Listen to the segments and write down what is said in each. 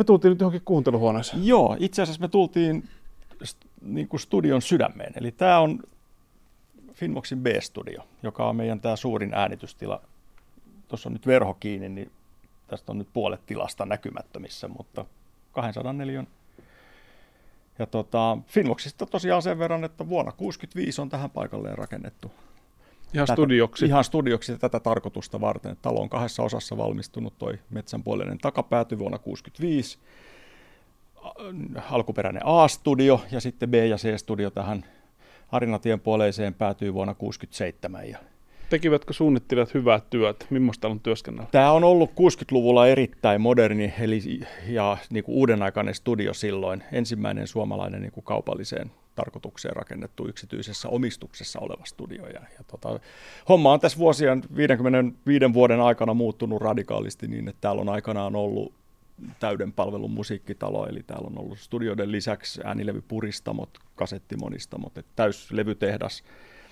Me tultiin nyt johonkin kuunteluhuoneeseen. Joo, itse asiassa me tultiin niin kuin studion sydämeen. Eli tämä on Finvoxin B-studio, joka on meidän tämä suurin äänitystila. Tuossa on nyt verho kiinni, niin tästä on nyt puolet tilasta näkymättömissä, mutta 204. Ja Finvoxista tosiaan sen verran, että vuonna 1965 on tähän paikalleen rakennettu. Ihan studioksi tätä tarkoitusta varten. Talo on 2 osassa valmistunut, toi metsänpuoleinen takapääty vuonna 1965, alkuperäinen A-studio ja sitten B- ja C-studio tähän Harinatien puoleiseen päätyy vuonna 1967. Tekivätkö suunnittelijat hyvää työtä? Millaista on työskennellä? Tämä on ollut 60-luvulla erittäin moderni ja niin kuin uudenaikainen studio silloin. Ensimmäinen suomalainen niin kuin kaupalliseen tarkoitukseen rakennettu yksityisessä omistuksessa oleva studio. Homma on tässä vuosien 55 vuoden aikana muuttunut radikaalisti niin, että täällä on aikanaan ollut täyden palvelun musiikkitalo, eli täällä on ollut studioiden lisäksi äänilevypuristamot, kasettimonistamoot, täyslevytehdas.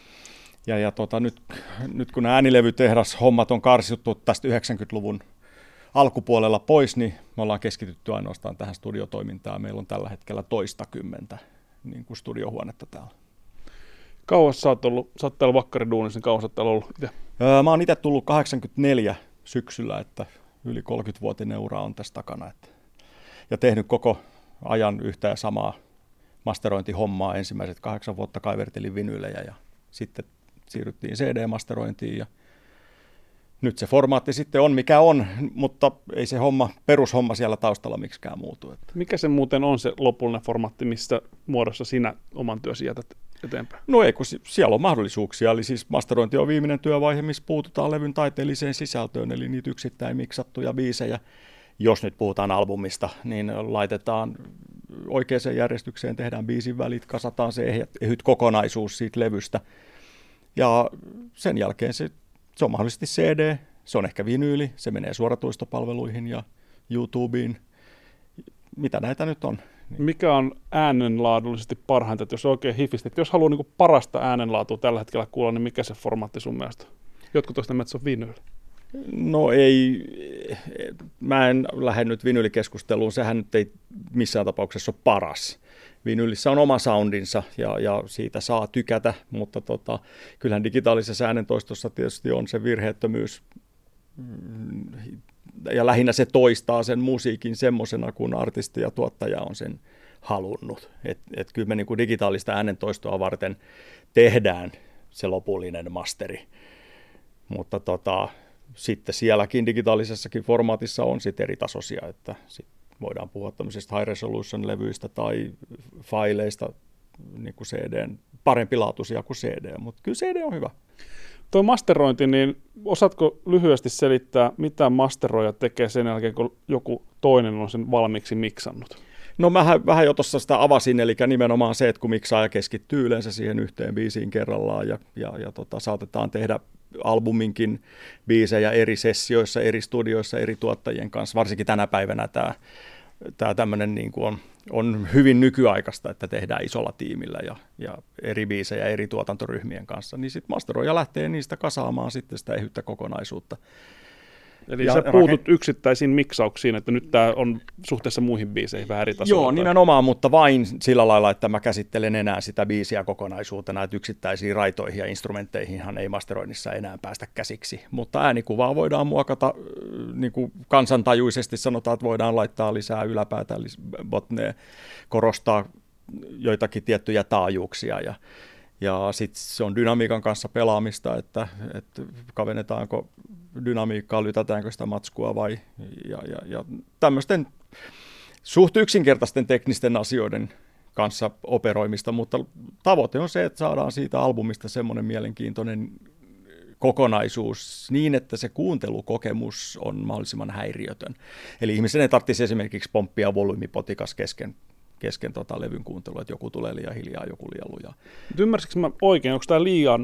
Nyt kun äänilevytehdas hommat on karsittu tästä 90-luvun alkupuolella pois, niin me ollaan keskitytty ainoastaan tähän studiotoimintaan. Meillä on tällä hetkellä 20 niin kuin studiohuonetta täällä. Kauas sä oot täällä vakkariduunissa, niin kauas sä oot täällä ollut itse? Mä oon itse tullut 84 syksyllä, että yli 30-vuotinen ura on tässä takana. Ja tehnyt koko ajan yhtä ja samaa masterointihommaa. Ensimmäiset 8 vuotta kaivertelin vinyylejä ja sitten siirryttiin CD-masterointiin. Ja nyt se formaatti sitten on mikä on, mutta ei se perushomma siellä taustalla miksikään muutu. Mikä se muuten on se lopullinen formaatti, missä muodossa sinä oman työsi jätät eteenpäin? No ei, kun siellä on mahdollisuuksia. Eli siis masterointi on viimeinen työvaihe, missä puututaan levyn taiteelliseen sisältöön, eli niitä yksittäin miksattuja biisejä. Jos nyt puhutaan albumista, niin laitetaan oikeaan järjestykseen, tehdään biisin välit, kasataan se ehyt kokonaisuus siitä levystä. Ja sen jälkeen se on mahdollisesti CD, se on ehkä vinyyli, se menee suoratoistopalveluihin ja YouTubeen. Mitä näitä nyt on? Mikä on äänenlaadullisesti parhainta, että jos oikein hifisti, että jos haluaa niin kuin parasta äänenlaatua tällä hetkellä kuulla, niin mikä se formaatti sun mielestä? Jotkut toista mielestä se on vinyyli. No ei, mä en lähde nyt vinyylikeskusteluun, sehän nyt ei missään tapauksessa ole paras. Vinyylissä on oma soundinsa ja siitä saa tykätä, mutta kyllähän digitaalisessa äänentoistossa tietysti on se virheettömyys ja lähinnä se toistaa sen musiikin semmoisena, kun artisti ja tuottaja on sen halunnut. Et kyllä me niin kuin digitaalista äänentoistoa varten tehdään se lopullinen masteri, mutta sitten sielläkin digitaalisessakin formaatissa on sitten eri tasoisia, että voidaan puhua tämmöisistä high resolution-levyistä tai faileista, niin kuin CDn, parempi laatuisia kuin CD, mutta kyllä CD on hyvä. Tuo masterointi, niin osaatko lyhyesti selittää, mitä masteroija tekee sen jälkeen, kun joku toinen on sen valmiiksi miksannut? No vähän jo tuossa sitä avasin, eli nimenomaan se, että kun miksaaja keskittyy yleensä siihen yhteen biisiin kerrallaan ja saatetaan tehdä albuminkin biisejä eri sessioissa, eri studioissa, eri tuottajien kanssa. Varsinkin tänä päivänä tämä tämmöinen niin kuin on hyvin nykyaikaista, että tehdään isolla tiimillä ja eri biisejä eri tuotantoryhmien kanssa. Niin sitten masteroija lähtee niistä kasaamaan sitten sitä ehyttä kokonaisuutta. Eli sä puutut yksittäisiin miksauksiin, että nyt tämä on suhteessa muihin biiseihin vähän eri tasolla. Joo, nimenomaan, mutta vain sillä lailla, että mä käsittelen enää sitä biisiä kokonaisuutena, että yksittäisiin raitoihin ja instrumentteihinhan ei masteroinnissa enää päästä käsiksi. Mutta äänikuvaa voidaan muokata niin kuin kansantajuisesti, sanotaan, että voidaan laittaa lisää yläpäätä, botnea, korostaa joitakin tiettyjä taajuuksia ja sitten se on dynamiikan kanssa pelaamista, että kavennetaanko dynamiikkaa, lytätäänkö sitä matskua vai ja tämmöisten suht yksinkertaisten teknisten asioiden kanssa operoimista, mutta tavoite on se, että saadaan siitä albumista semmoinen mielenkiintoinen kokonaisuus niin, että se kuuntelukokemus on mahdollisimman häiriötön. Eli ihmisen ei tarvitsisi esimerkiksi pomppia volyymipotikas kesken levyn kuuntelua, että joku tulee liian hiljaa, joku liian lujaa. Ymmärsikö mä oikein, onko tämä liian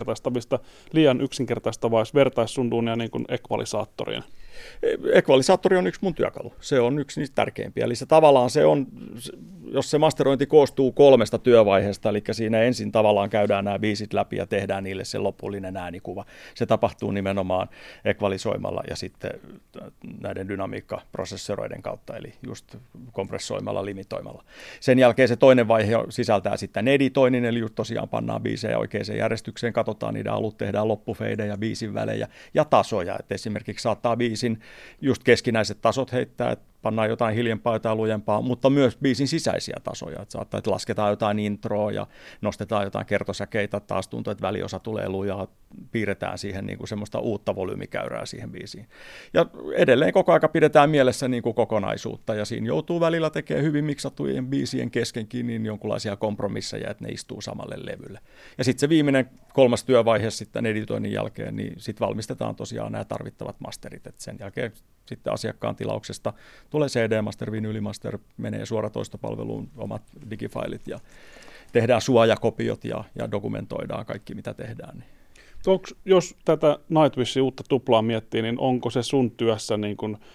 yksinkertaistavaa, jos vertaisi sun duunia niin kuin ekvalisaattoriin? Ekvalisaattori on yksi mun työkalu. Se on yksi niistä tärkeimpiä. Eli se tavallaan se on jos se masterointi koostuu 3 työvaiheesta, eli siinä ensin tavallaan käydään nämä biisit läpi ja tehdään niille se lopullinen äänikuva. Se tapahtuu nimenomaan ekvalisoimalla ja sitten näiden dynamiikkaprosessoreiden kautta, eli just kompressoimalla, limitoimalla. Sen jälkeen se toinen vaihe sisältää sitten editoinnin, eli just tosiaan pannaan biisejä oikeaan järjestykseen, katsotaan niiden alut, tehdään loppufeidejä, biisin välejä ja tasoja. Et esimerkiksi saattaa biisin just keskinäiset tasot heittää, että pannaan jotain hiljempaa, jotain lujempaa, mutta myös biisin sisäisiä tasoja. Että saattaa, että lasketaan jotain introa ja nostetaan jotain kertosäkeitä, taas tuntuu, että väliosa tulee lujaa, piirretään siihen niin kuin semmoista uutta volyymikäyrää siihen biisiin. Ja edelleen koko aika pidetään mielessä niin kuin kokonaisuutta, ja siinä joutuu välillä tekemään hyvin miksattujen biisien keskenkin niin jonkinlaisia kompromisseja, että ne istuu samalle levylle. Ja sitten se viimeinen 3. työvaihe sitten editoinnin jälkeen, niin sitten valmistetaan tosiaan nämä tarvittavat masterit. Et sen jälkeen sitten asiakkaan tilauksesta tulee CD-master, vinylimaster, menee suoratoistopalveluun omat digifailit ja tehdään suojakopiot ja dokumentoidaan kaikki, mitä tehdään. Niin. Jos tätä Nightwishin uutta tuplaa miettii, niin onko se sun työssä niin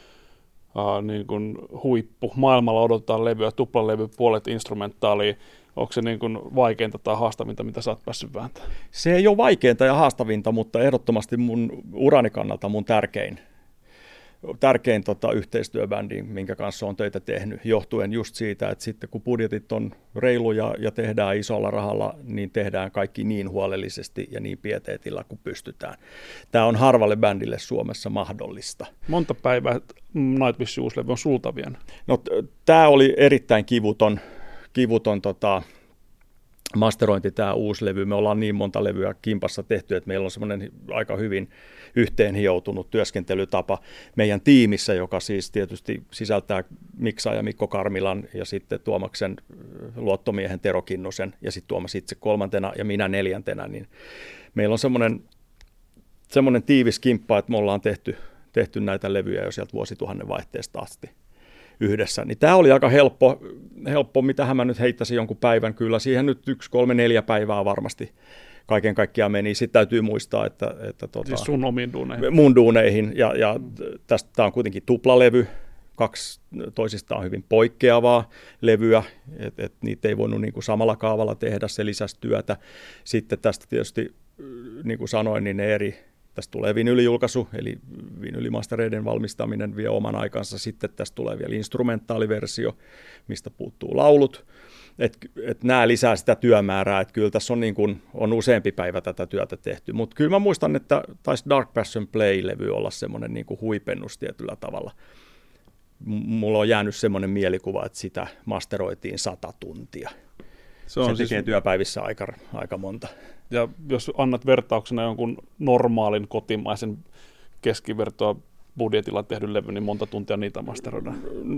kuin huippu? Maailmalla odotetaan levyä, tuplalevy, puolet instrumentaalia. Onko se niin kuin vaikeinta tai haastavinta, mitä sä oot päässyt vääntämään? Se ei ole vaikeinta ja haastavinta, mutta ehdottomasti mun urani kannalta mun tärkein yhteistyöbändi, minkä kanssa on töitä tehnyt, johtuen just siitä, että sitten kun budjetit on reiluja ja tehdään isolla rahalla, niin tehdään kaikki niin huolellisesti ja niin pieteetillä kuin pystytään. Tämä on harvalle bändille Suomessa mahdollista. Monta päivää Nightwishin uusi levy on sulta vienyt? No, tämä oli erittäin kivuton masterointi, tämä uusi levy. Me ollaan niin monta levyä kimpassa tehty, että meillä on semmoinen aika hyvin yhteenhioutunut työskentelytapa meidän tiimissä, joka siis tietysti sisältää miksaaja Mikko Karmilan ja sitten Tuomaksen luottomiehen Tero Kinnusen ja sitten Tuomas itse 3. ja minä 4. Niin meillä on semmoinen tiivis kimppa, että me ollaan tehty näitä levyjä jo sieltä vuosituhannen vaihteesta asti yhdessä. Niin tämä oli aika helppo, mitähän mä nyt heittäisin jonkun päivän. Kyllä siihen nyt 1, 3, 4 päivää varmasti kaiken kaikkiaan meni. Sitten täytyy muistaa, että siis sun omiin duuneihin. Mun duuneihin. Ja tästä on kuitenkin tuplalevy. 2 toisistaan hyvin poikkeavaa levyä. Et niitä ei voinut niin kuin samalla kaavalla tehdä. Se lisäsi työtä. Sitten tästä tietysti, niin kuin sanoin, niin tästä tulee vinylijulkaisu, eli vinylimastereiden valmistaminen vie oman aikansa. Sitten tästä tulee vielä instrumentaaliversio, mistä puuttuu laulut. Nämä lisää sitä työmäärää, että kyllä tässä on useampi päivä tätä työtä tehty. Mutta kyllä mä muistan, että taisi Dark Passion Play-levy olla semmoinen niin kuin huipennus tietyllä tavalla. Mulla on jäänyt semmoinen mielikuva, että sitä masteroitiin 100 tuntia. Se tekee siis työpäivissä aika monta. Ja jos annat vertauksena jonkun normaalin kotimaisen keskivertoa budjetilla tehdyn levy, niin monta tuntia niitä masteroidaan?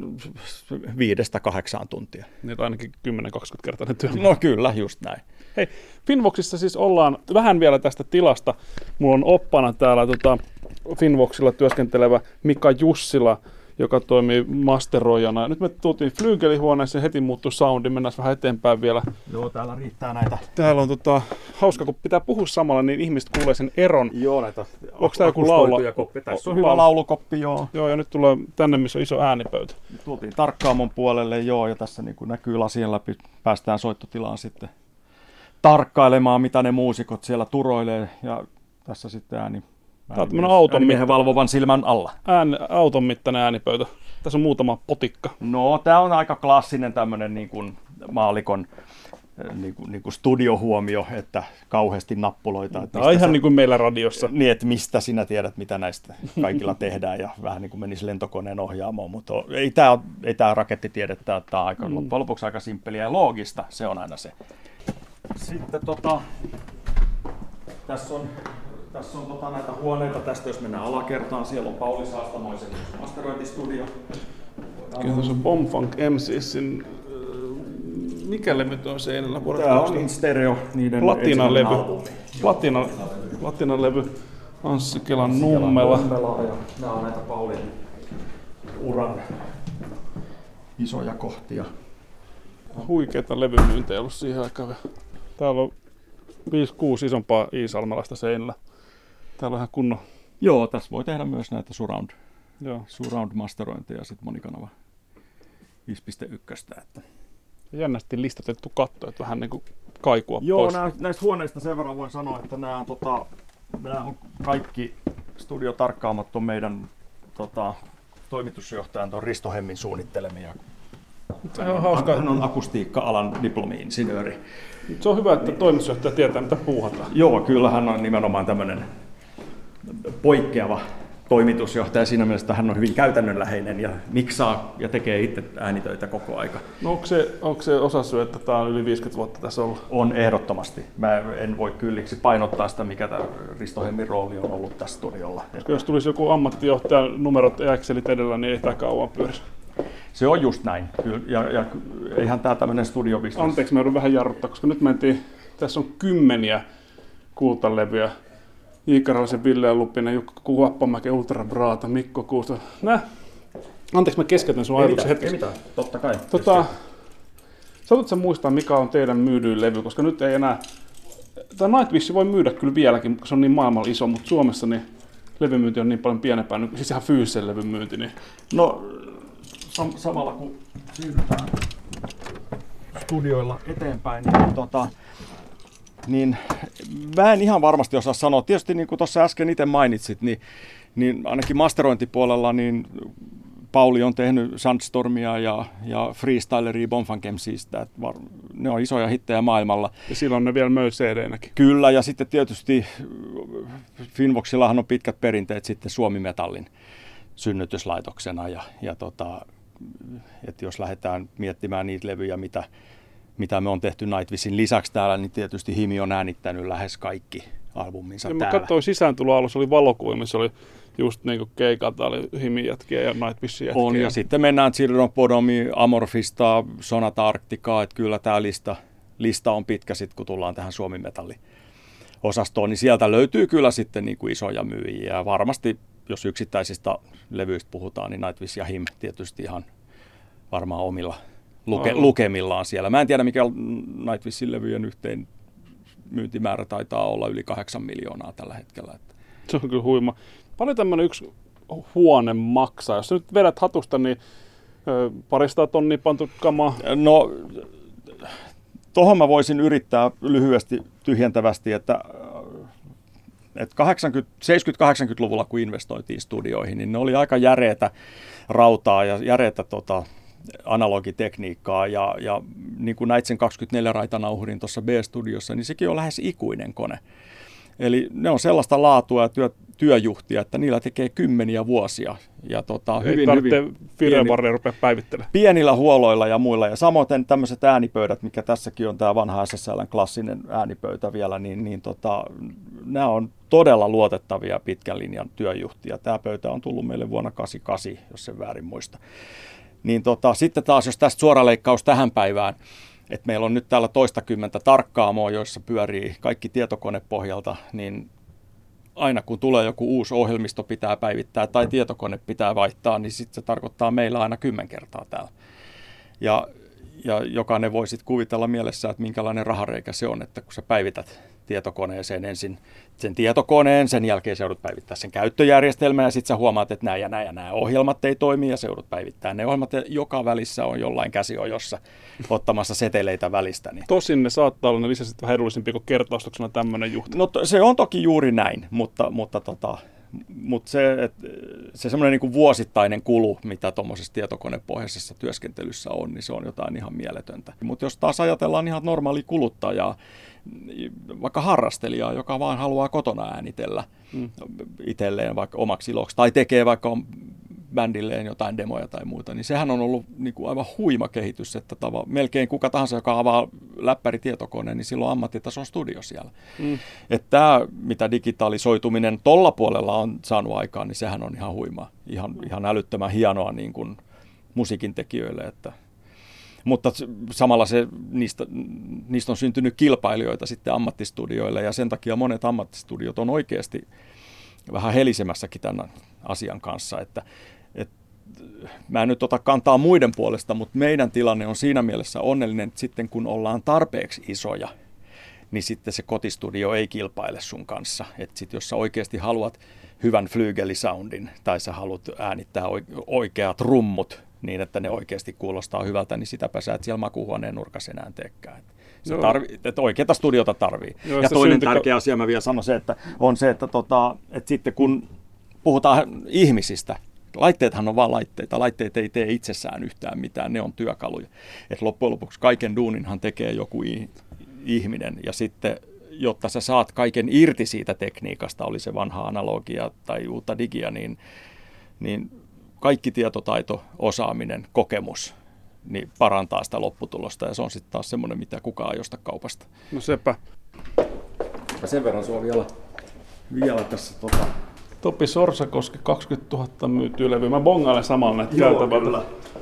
5-8 tuntia. Niin ainakin 10-20-kertainen työ. No kyllä, just näin. Hei, Finvoxissa siis ollaan vähän vielä tästä tilasta. Mulla on oppana täällä Finvoxilla työskentelevä Mika Jussila, joka toimii masteroijana. Nyt me tultiin flyygelihuoneeseen, heti muuttui soundi, mennään vähän eteenpäin vielä. Joo, täällä riittää näitä. Täällä on hauska, kun pitää puhua samalla, niin ihmiset kuulee sen eron. Joo, näitä. Onko tää joku laula? Tässä on hyvä laulukoppi, joo. Joo, ja nyt tulee tänne, missä on iso äänipöytä. Tultiin tarkkaamon puolelle, joo, ja tässä niin kuin näkyy lasien läpi, päästään soittotilaan sitten tarkkailemaan, mitä ne muusikot siellä turoilee, ja tässä sitten äänimiehen valvovan silmän alla. Auton mittainen äänipöytä. Tässä on muutama potikka. No, tämä on aika klassinen tämmöinen niin kuin maalikon niin kuin studiohuomio, että kauheasti nappuloita. Tämä on ihan niin kuin meillä radiossa. Niin, että mistä sinä tiedät, mitä näistä kaikilla tehdään, ja vähän niin kuin menisi lentokoneen ohjaamoon. Mutta ei tämä rakettitiedettä, tämä on loppujen lopuksi aika simppeliä ja loogista, se on aina se. Sitten tässä on näitä huoneita. Tästä jos mennään alakertaan, siellä on Pauli Saastamoisen masterointistudio. Tässä on Bombfunk MCsin, mikä levy on seinällä? Tämä on In Stereo, niiden Platina-levy. Platina-levy Anssi Kelan Nummela. Nämä on näitä Paulin uran isoja kohtia. Huikeita levymyyntejä ollut siihen aikaan. Täällä on 5-6 isompaa iisalmelaista seinällä. Täällä on ihan kunnon. Joo, tässä voi tehdä myös näitä surround-masterointeja ja sitten monikanava 5.1. Jännästi listatettu katto, että vähän niin kuin kaikua Joo, pois. näistä huoneista sen verran voin sanoa, että nämä on kaikki studiotarkkaamat on meidän toimitusjohtajan Risto Hemmin suunnittelemia. Se on hauska. Hän on akustiikka-alan diplomi-insinööri. Se on hyvä, että toimitusjohtaja tietää, mitä puuhataan. Joo, kyllä hän on nimenomaan tämmöinen poikkeava toimitusjohtaja. Siinä mielessä hän on hyvin käytännönläheinen ja miksaa ja tekee itse äänitöitä koko aika. No onko se osasyy, että tämä on yli 50 vuotta tässä ollut? On ehdottomasti. Mä en voi kylliksi painottaa sitä, mikä tämä Risto Hemmin rooli on ollut tässä studiolla. Jos tulisi joku ammattijohtajan numerot ja Excelit edellä, niin ei tämä kauan pyörisi. Se on just näin. Ja eihän tämä tämmöinen studiobisnes. Anteeksi, mä joudun vähän jarruttaa, koska nyt tässä on kymmeniä kultalevyjä. Iikaralaisen Ville Lupinen, Jukka Kuoppamäki, Ultra Braata, Mikko Kuusto. Anteeksi, mä keskeytän sun ajatuksen hetkeksi. Ei mitään, totta kai. Saatko sä muistaa, mikä on teidän myydyin levy, koska nyt ei enää... Tämä Nightwish voi myydä kyllä vieläkin, koska se on niin maailmalla iso, mutta Suomessa niin levymyynti on niin paljon pienempää, siis ihan fyysisen levyn myynti. Niin... No, samalla kun siirrytään studioilla eteenpäin, niin mä en ihan varmasti osaa sanoa. Tietysti niin kuin tuossa äsken itse mainitsit, niin ainakin masterointipuolella niin Pauli on tehnyt Sandstormia ja Freestyleria, Bonfankemsistä. Ne on isoja hittejä maailmalla. Ja silloin ne vielä möi CD-näkin. Kyllä, ja sitten tietysti Finvoxillahan on pitkät perinteet sitten Suomi-metallin synnytyslaitoksena. Että jos lähdetään miettimään niitä levyjä, mitä me on tehty Nightwishin lisäksi täällä, niin tietysti Himi on äänittänyt lähes kaikki albuminsa täällä. Mä katsoin sisääntuloalussa, oli valokuva, missä oli just niin kuin keikalta, oli Himi-jätkiä ja Nightwishin jätkiä. On, ja sitten mennään Children of Bodomi, Amorphista, Sonata Arcticaa, että kyllä tämä lista on pitkä sitten, kun tullaan tähän Suomi-metalli-osastoon, niin sieltä löytyy kyllä sitten niin kuin isoja myyjiä, ja varmasti, jos yksittäisistä levyistä puhutaan, niin Nightwish ja Him tietysti ihan varmaan omilla lukemillaan siellä. Mä en tiedä, mikä Nightwishin levyjen yhteen myyntimäärä taitaa olla yli 8 miljoonaa tällä hetkellä. Se on kyllä huima. Paljon tämmöinen yksi huone maksaa? Jos nyt vedät hatusta, niin 200 tonnia pantu kamaa. No, tohon mä voisin yrittää lyhyesti tyhjentävästi, että 70-80-luvulla, kun investoitiin studioihin, niin ne oli aika järeätä rautaa ja järeätä analogitekniikkaa, ja niin kuin näit sen 24-raitanauhurin tuossa B-studiossa, niin sekin on lähes ikuinen kone. Eli ne on sellaista laatua ja työjuhtia, että niillä tekee kymmeniä vuosia. Ja ei tarvitse firmwarea rupea päivittelemään. Pienillä huoloilla ja muilla. Ja samoin tämmöiset äänipöydät, mikä tässäkin on tämä vanha SSL:n klassinen äänipöytä vielä, niin nämä on todella luotettavia pitkän linjan työjuhtia. Tämä pöytä on tullut meille vuonna 1988, jos sen väärin muista. Niin sitten taas, jos tästä suoraleikkaus tähän päivään, että meillä on nyt täällä toistakymmentä tarkkaamoa, joissa pyörii kaikki tietokonepohjalta, niin aina kun tulee joku uusi ohjelmisto pitää päivittää tai tietokone pitää vaihtaa, niin sitten se tarkoittaa meillä aina 10 kertaa täällä. Ja jokainen voi sitten kuvitella mielessä, että minkälainen rahareikä se on, että kun sä päivität tietokoneeseen ensin sen tietokoneen, sen jälkeen sä joudut päivittää sen käyttöjärjestelmän ja sitten sä huomaat, että nämä ohjelmat ei toimi ja sä joudut päivittää ne ohjelmat ja joka välissä on jollain käsiojossa ottamassa seteleitä välistä. Niin. Tosin ne saattaa olla ne lisäsit vähän edullisempia kuin kertaustuksena tämmöinen juhta. No se on toki juuri näin, mutta se semmoinen niin kuin vuosittainen kulu, mitä tuommoisessa tietokonepohjaisessa työskentelyssä on, niin se on jotain ihan mieletöntä. Mutta jos taas ajatellaan ihan normaali kuluttajaa, vaikka harrastelijaa, joka vaan haluaa kotona äänitellä itselleen vaikka omaksi iloksi, tai tekee vaikka bändilleen jotain demoja tai muuta, niin sehän on ollut niin kuin aivan huima kehitys, että melkein kuka tahansa, joka avaa läppäritietokoneen, niin silloin ammattitason studio siellä. Että tämä, mitä digitalisoituminen tolla puolella on saanut aikaan, niin sehän on ihan huima, ihan älyttömän hienoa niin kuin musiikin tekijöille, että mutta samalla niistä on syntynyt kilpailijoita sitten ammattistudioille, ja sen takia monet ammattistudiot on oikeasti vähän helisemässäkin tämän asian kanssa, että mä en nyt ota kantaa muiden puolesta, mutta meidän tilanne on siinä mielessä onnellinen, että sitten kun ollaan tarpeeksi isoja, niin sitten se kotistudio ei kilpaile sun kanssa. Että sitten jos sä oikeasti haluat hyvän flygelisoundin tai sä haluat äänittää oikeat rummut niin, että ne oikeasti kuulostaa hyvältä, niin sitäpä sä et siellä makuuhuoneen nurkassa enää teekään. Että oikeata studiota tarvii. Joo, ja toinen tärkeä asia, mä vielä sanon se, että on se, että sitten kun puhutaan ihmisistä, laitteethan on vaan laitteita. Laitteet ei tee itsessään yhtään mitään, ne on työkaluja. Et loppujen lopuksi kaiken duuninhan tekee joku ihminen. Ja sitten, jotta sä saat kaiken irti siitä tekniikasta, oli se vanha analogia tai uutta digia, niin kaikki tietotaito, osaaminen, kokemus niin parantaa sitä lopputulosta. Ja se on sitten taas semmoinen, mitä kukaan ei osta kaupasta. No sepä. Ja sen verran sua vielä tässä Topi Sorsakoski, 20 000 myytyä levyä. Mä bongailen samalla näitä käytävältä.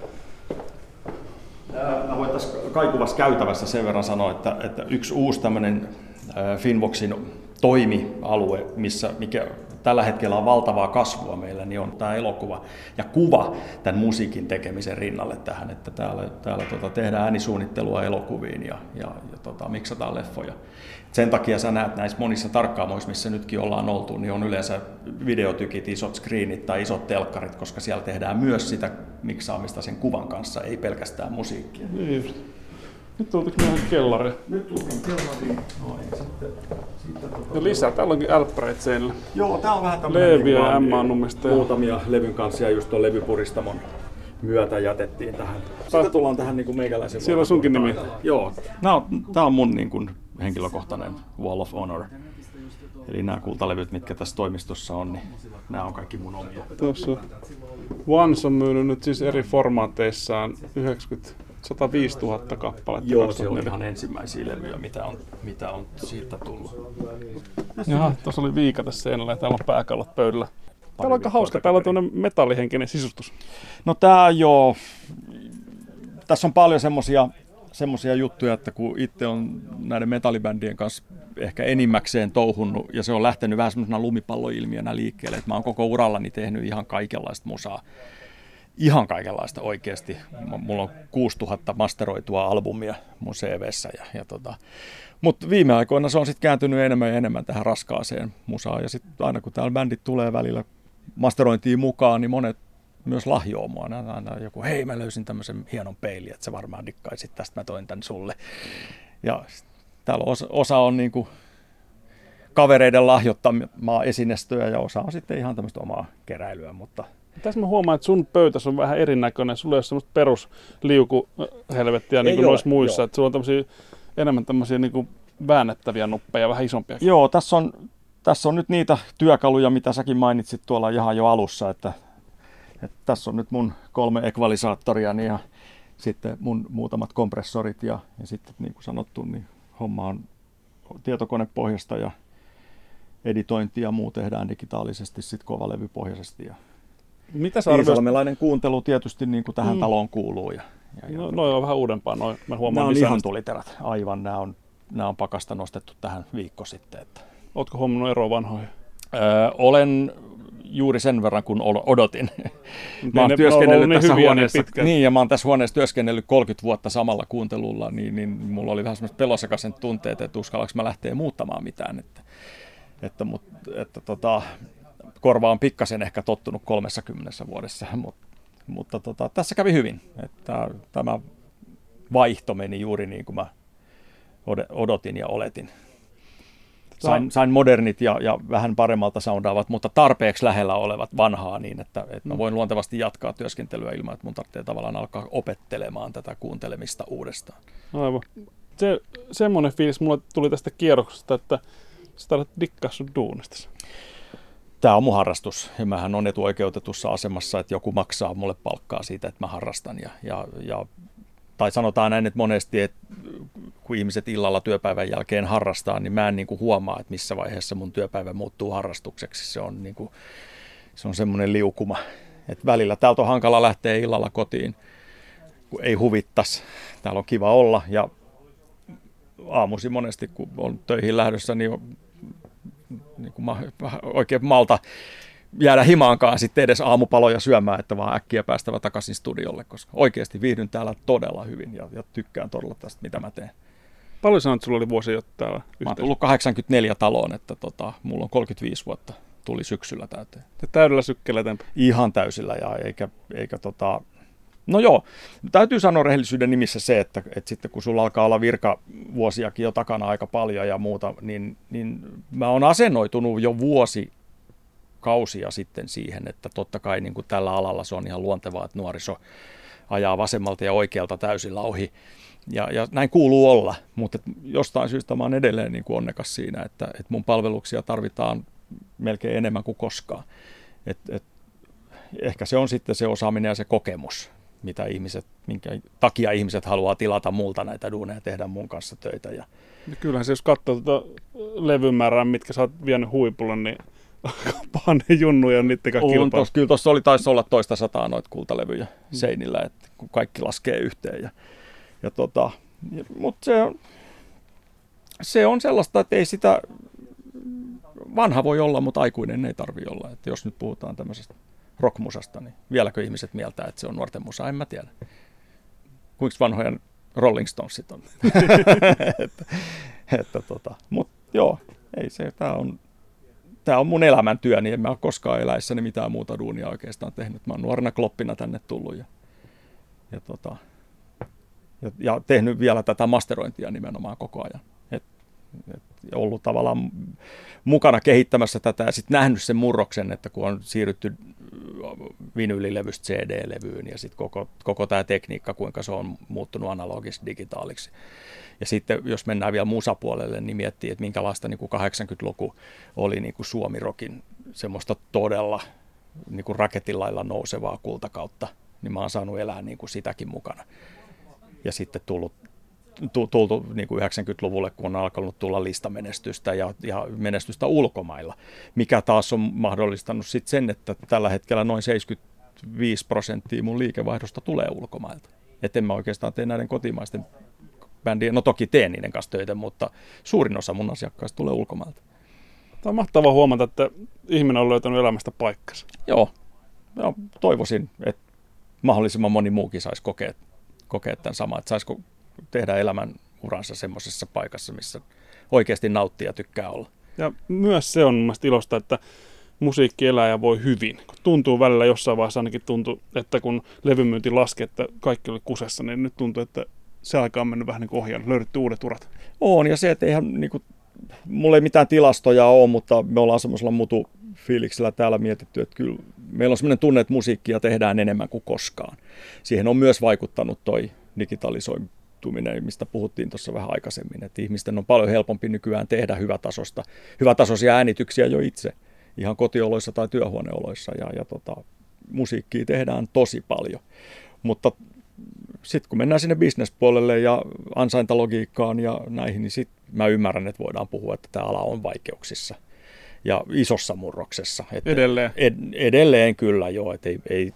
Mä voin tässä kaikuvassa käytävässä sen verran sanoa, että yksi uusi tämmöinen Finvoxin toimialue, mikä tällä hetkellä on valtavaa kasvua meillä, niin on tämä elokuva ja kuva tämän musiikin tekemisen rinnalle tähän, että täällä tehdään äänisuunnittelua elokuviin ja miksataan leffoja. Sen takia sä näet näissä monissa tarkkaamoissa, missä nytkin ollaan oltu, niin on yleensä videotykit, isot screenit tai isot telkkarit, koska siellä tehdään myös sitä miksaamista sen kuvan kanssa, ei pelkästään musiikkia. Niin just. Nyt tultiinko meidän kellariin? Nyt tultiin kellariin. Ja lisää, täällä onkin älppäreitä seinillä. Joo, tää on vähän tämmöinen Leeviä ja M-nummista. Muutamia levyn kanssa ja just tuon levypuristamon myötä jätettiin tähän. Sitten tullaan tähän niin kuin meikäläisen. Siellä on sunkin nimi. Joo, tää on mun niin kuin henkilökohtainen Wall of Honor. Eli nämä kultalevyt, mitkä tässä toimistossa on, niin nämä on kaikki mun omia. Tuossa Once on myynyt nyt siis eri formaateissaan 105 000 kappaletta. Joo, se on ihan ensimmäisiä levyjä, mitä on siitä tullut. Jaha, tuossa oli viika tässä seinällä ja täällä on pääkallot pöydällä. Täällä on aika hauska, täällä on tuonne metallihenkinen sisustus. No tässä on paljon semmoisia juttuja, että kun itse on näiden metallibändien kanssa ehkä enimmäkseen touhunnut, ja se on lähtenyt vähän semmoisena lumipalloilmiönä liikkeelle, että mä oon koko urallani tehnyt ihan kaikenlaista musaa. Ihan kaikenlaista oikeasti. Mulla on 6000 masteroitua albumia mun CV:ssä. Mutta viime aikoina se on sitten kääntynyt enemmän ja enemmän tähän raskaaseen musaan. Ja sitten aina kun täällä bändit tulee välillä masterointiin mukaan, niin monet myös lahjoaa mua. Aina joku, hei mä löysin tämmöisen hienon peilin, että sä varmaan dikkaisit tästä, mä toin tän sulle. Ja täällä osa on niinku kavereiden lahjoittamaa esinestöä ja osa on sitten ihan tämmöistä omaa keräilyä, mutta tässä mä huomaan, että sun pöytässä on vähän erinäköinen. Sulla ei ole semmoista perusliukuhelvettiä niin kuin noissa muissa. Että sulla on enemmän tämmöisiä niin kuin väännettäviä nuppeja, vähän isompia. Joo, tässä on nyt niitä työkaluja, mitä säkin mainitsit tuolla ihan jo alussa. Että tässä on nyt mun 3 ekvalisaattoria ja sitten mun muutamat kompressorit. Ja sitten niin kuin sanottu, niin homma on tietokonepohjasta ja editointi ja muu tehdään digitaalisesti sitten kovalevypohjaisesti. Iisalmelainen kuuntelu tietysti niin kuin tähän taloon kuuluu. Noi on vähän uudempaa. Mä huomaan nämä on ihan tuliterat. Aivan, nämä on pakasta nostettu tähän viikko sitten. Että. Ootko huomannut eroa vanhoihin? Olen juuri sen verran, kun odotin. Mä oon työskennellyt tässä huoneessa. Niin, ja mä oon tässä huoneessa työskennellyt 30 vuotta samalla kuuntelulla, niin mulla oli vähän semmoiset pelosakaisen tunteet, että uskallanko mä lähteä muuttamaan mitään. Korva on pikkasen ehkä tottunut 30 vuodessa, mutta tässä kävi hyvin. Että tämä vaihto meni juuri niin kuin mä odotin ja oletin. Sain modernit ja vähän paremmalta soundaavat, mutta tarpeeksi lähellä olevat vanhaa niin, että mä voin luontevasti jatkaa työskentelyä ilman, että mun tarvitsee tavallaan alkaa opettelemaan tätä kuuntelemista uudestaan. Aivan. Semmoinen fiilis mulle tuli tästä kierroksesta, että sä alat dikkaa sun duunista. Tämä on mun harrastus ja mähän on etuoikeutetussa asemassa, että joku maksaa mulle palkkaa siitä, että mä harrastan. Tai sanotaan näin, että monesti, että kun ihmiset illalla työpäivän jälkeen harrastaa, niin mä en niin kuin huomaa, että missä vaiheessa mun työpäivä muuttuu harrastukseksi. Se on semmoinen liukuma. Että välillä täältä on hankala lähteä illalla kotiin, kun ei huvittaisi. Täällä on kiva olla ja aamuisin monesti, kun on töihin lähdössä, niin oikein malta jäädä himaankaan sitten edes aamupaloja syömään, että vaan äkkiä päästävä takaisin studiolle, koska oikeasti viihdyn täällä todella hyvin ja tykkään todella tästä, mitä mä teen. Paljon sanoit, että sulla oli vuosia täällä yhteensä? Mä oon tullut 84 taloon, että mulla on 35 vuotta tuli syksyllä täyteen. Ja täydellä sykkeellä eteenpäin? Ihan täysillä ja eikä No joo, täytyy sanoa rehellisyyden nimissä se, että sitten kun sulla alkaa olla virkavuosiakin jo takana aika paljon ja muuta, niin mä oon asennoitunut jo vuosikausia sitten siihen, että totta kai niin kuin tällä alalla se on ihan luontevaa, että nuoriso ajaa vasemmalta ja oikealta täysillä ohi. Ja näin kuuluu olla, mutta jostain syystä mä oon edelleen niin kuin onnekas siinä, että mun palveluksia tarvitaan melkein enemmän kuin koskaan. Ehkä se on sitten se osaaminen ja se kokemus, minkä takia ihmiset haluaa tilata multa näitä duuneja ja tehdä mun kanssa töitä. Ja kyllähän se, jos katsoo tuota levymäärää, mitkä sä oot vienyt huipulle, niin pahan ne junnuja on niiden kanssa kilpailu. Kyllä tuossa taisi olla 200 noita kultalevyjä seinillä, että kun kaikki laskee yhteen. Mutta se on sellaista, että ei sitä, vanha voi olla, mutta aikuinen ei tarvitse olla. Että jos nyt puhutaan tämmöisestä rockmusasta, niin vieläkö ihmiset mieltää, että se on nuorten musa? En mä tiedä. Kuinka vanhoja Rolling Stonesit on? Mutta joo, ei se, tämä on mun elämäntyö, niin en mä ole koskaan eläessäni mitään muuta duunia oikeastaan tehnyt. Mä oon nuorena kloppina tänne tullut ja tehnyt vielä tätä masterointia nimenomaan koko ajan. Ollut tavallaan mukana kehittämässä tätä ja sitten nähnyt sen murroksen, että kun on siirrytty vinyylilevystä CD-levyyn ja sitten koko tämä tekniikka, kuinka se on muuttunut analogisesti digitaaliksi. Ja sitten jos mennään vielä musapuolelle, niin miettii, että minkälaista niin kuin 80-luku oli niin kuin Suomi-rokin semmoista todella niin kuin raketin lailla nousevaa kultakautta, niin mä oon saanut elää niin kuin sitäkin mukana. Ja sitten tultu niin kuin 90-luvulle, kun on alkanut tulla listamenestystä ja menestystä ulkomailla, mikä taas on mahdollistanut sit sen, että tällä hetkellä noin 75% mun liikevaihdosta tulee ulkomailta. Et en mä oikeastaan tee näiden kotimaisten bändien, no toki teen niiden kanssa töitä, mutta suurin osa mun asiakkaista tulee ulkomailta. Tämä on mahtavaa huomata, että ihminen on löytänyt elämästä paikkansa. Joo, toivoisin, että mahdollisimman moni muukin saisi kokea tämän saman, että saisiko tehdä elämän uransa semmoisessa paikassa, missä oikeasti nauttii ja tykkää olla. Ja myös se on mun mielestä ilosta, että musiikki elää ja voi hyvin. Tuntuu välillä jossain vaiheessa ainakin tuntuu, että kun levymyynti laski, että kaikki oli kusessa, niin nyt tuntuu, että se aika on mennyt vähän niin kuin ohi, on löydetty uudet urat. On, ja se, että eihän niin kuin, mulla ei mitään tilastoja ole, mutta me ollaan semmoisella mutufiiliksellä täällä mietitty, että kyllä meillä on semmoinen tunne, että musiikkia tehdään enemmän kuin koskaan. Siihen on myös vaikuttanut toi digitalisoituminen, mistä puhuttiin tuossa vähän aikaisemmin, että ihmisten on paljon helpompi nykyään tehdä hyvätasoisia äänityksiä jo itse, ihan kotioloissa tai työhuoneoloissa, ja musiikkia tehdään tosi paljon, mutta sitten kun mennään sinne bisnespuolelle ja ansaintalogiikkaan ja näihin, niin sitten mä ymmärrän, että voidaan puhua, että tämä ala on vaikeuksissa ja isossa murroksessa. Edelleen? Edelleen kyllä joo, että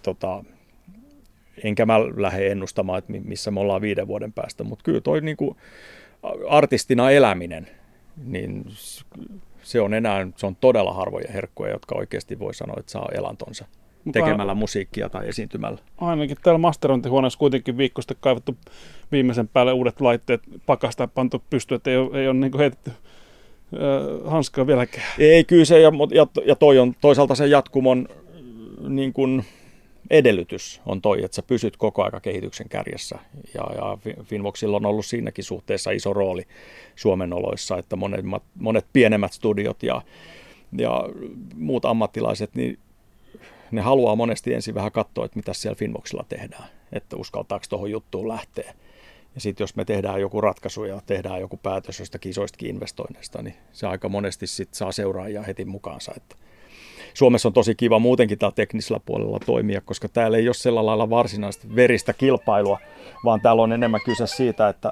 enkä mä lähde ennustamaan, että missä me ollaan 5 vuoden päästä, mutta kyllä toi niinku artistina eläminen, niin se on todella harvoja herkkuja, jotka oikeasti voi sanoa, että saa elantonsa tekemällä musiikkia tai esiintymällä. Ainakin täällä masterointihuoneessa kuitenkin viikko sitten kaivattu viimeisen päälle uudet laitteet pakasta ja pantu pystyyn, että ei ole niin kuin heitetty hanskaa vieläkään. Ei, kyllä se, ja toi on toisaalta sen jatkumon niin kuin edellytys on toi, että sä pysyt koko aika kehityksen kärjessä. Ja Finvoxilla on ollut siinäkin suhteessa iso rooli Suomen oloissa, että monet pienemmät studiot ja muut ammattilaiset, niin ne haluaa monesti ensin vähän katsoa, että mitä siellä Finvoxilla tehdään, että uskaltaako tuohon juttuun lähteä. Ja sitten jos me tehdään joku ratkaisu ja tehdään joku päätös jostakin isoistakin investoinneista, niin se aika monesti sit saa seuraajia heti mukaansa. Että Suomessa on tosi kiva muutenkin täällä teknisellä puolella toimia, koska täällä ei ole sillä lailla varsinaista veristä kilpailua, vaan täällä on enemmän kyse siitä, että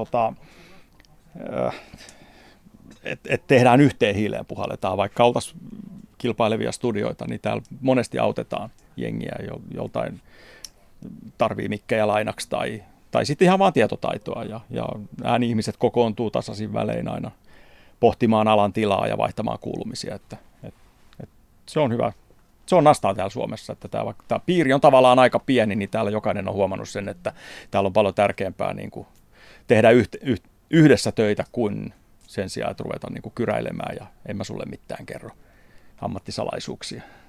tehdään yhteen hiileen, puhalletaan, vaikka oltaisiin kilpailevia studioita, niin täällä monesti autetaan jengiä, joltain tarvii mikkejä lainaksi tai sitten ihan vaan tietotaitoa ja ääni-ihmiset kokoontuu tasaisin välein aina pohtimaan alan tilaa ja vaihtamaan kuulumisia, että se on hyvä. Se on nastaa täällä Suomessa, että vaikka tämä piiri on tavallaan aika pieni, niin täällä jokainen on huomannut sen, että täällä on paljon tärkeämpää niin kuin tehdä yhdessä töitä kuin sen sijaan, että ruveta niin kuin kyräilemään ja en mä sulle mitään kerro ammattisalaisuuksia.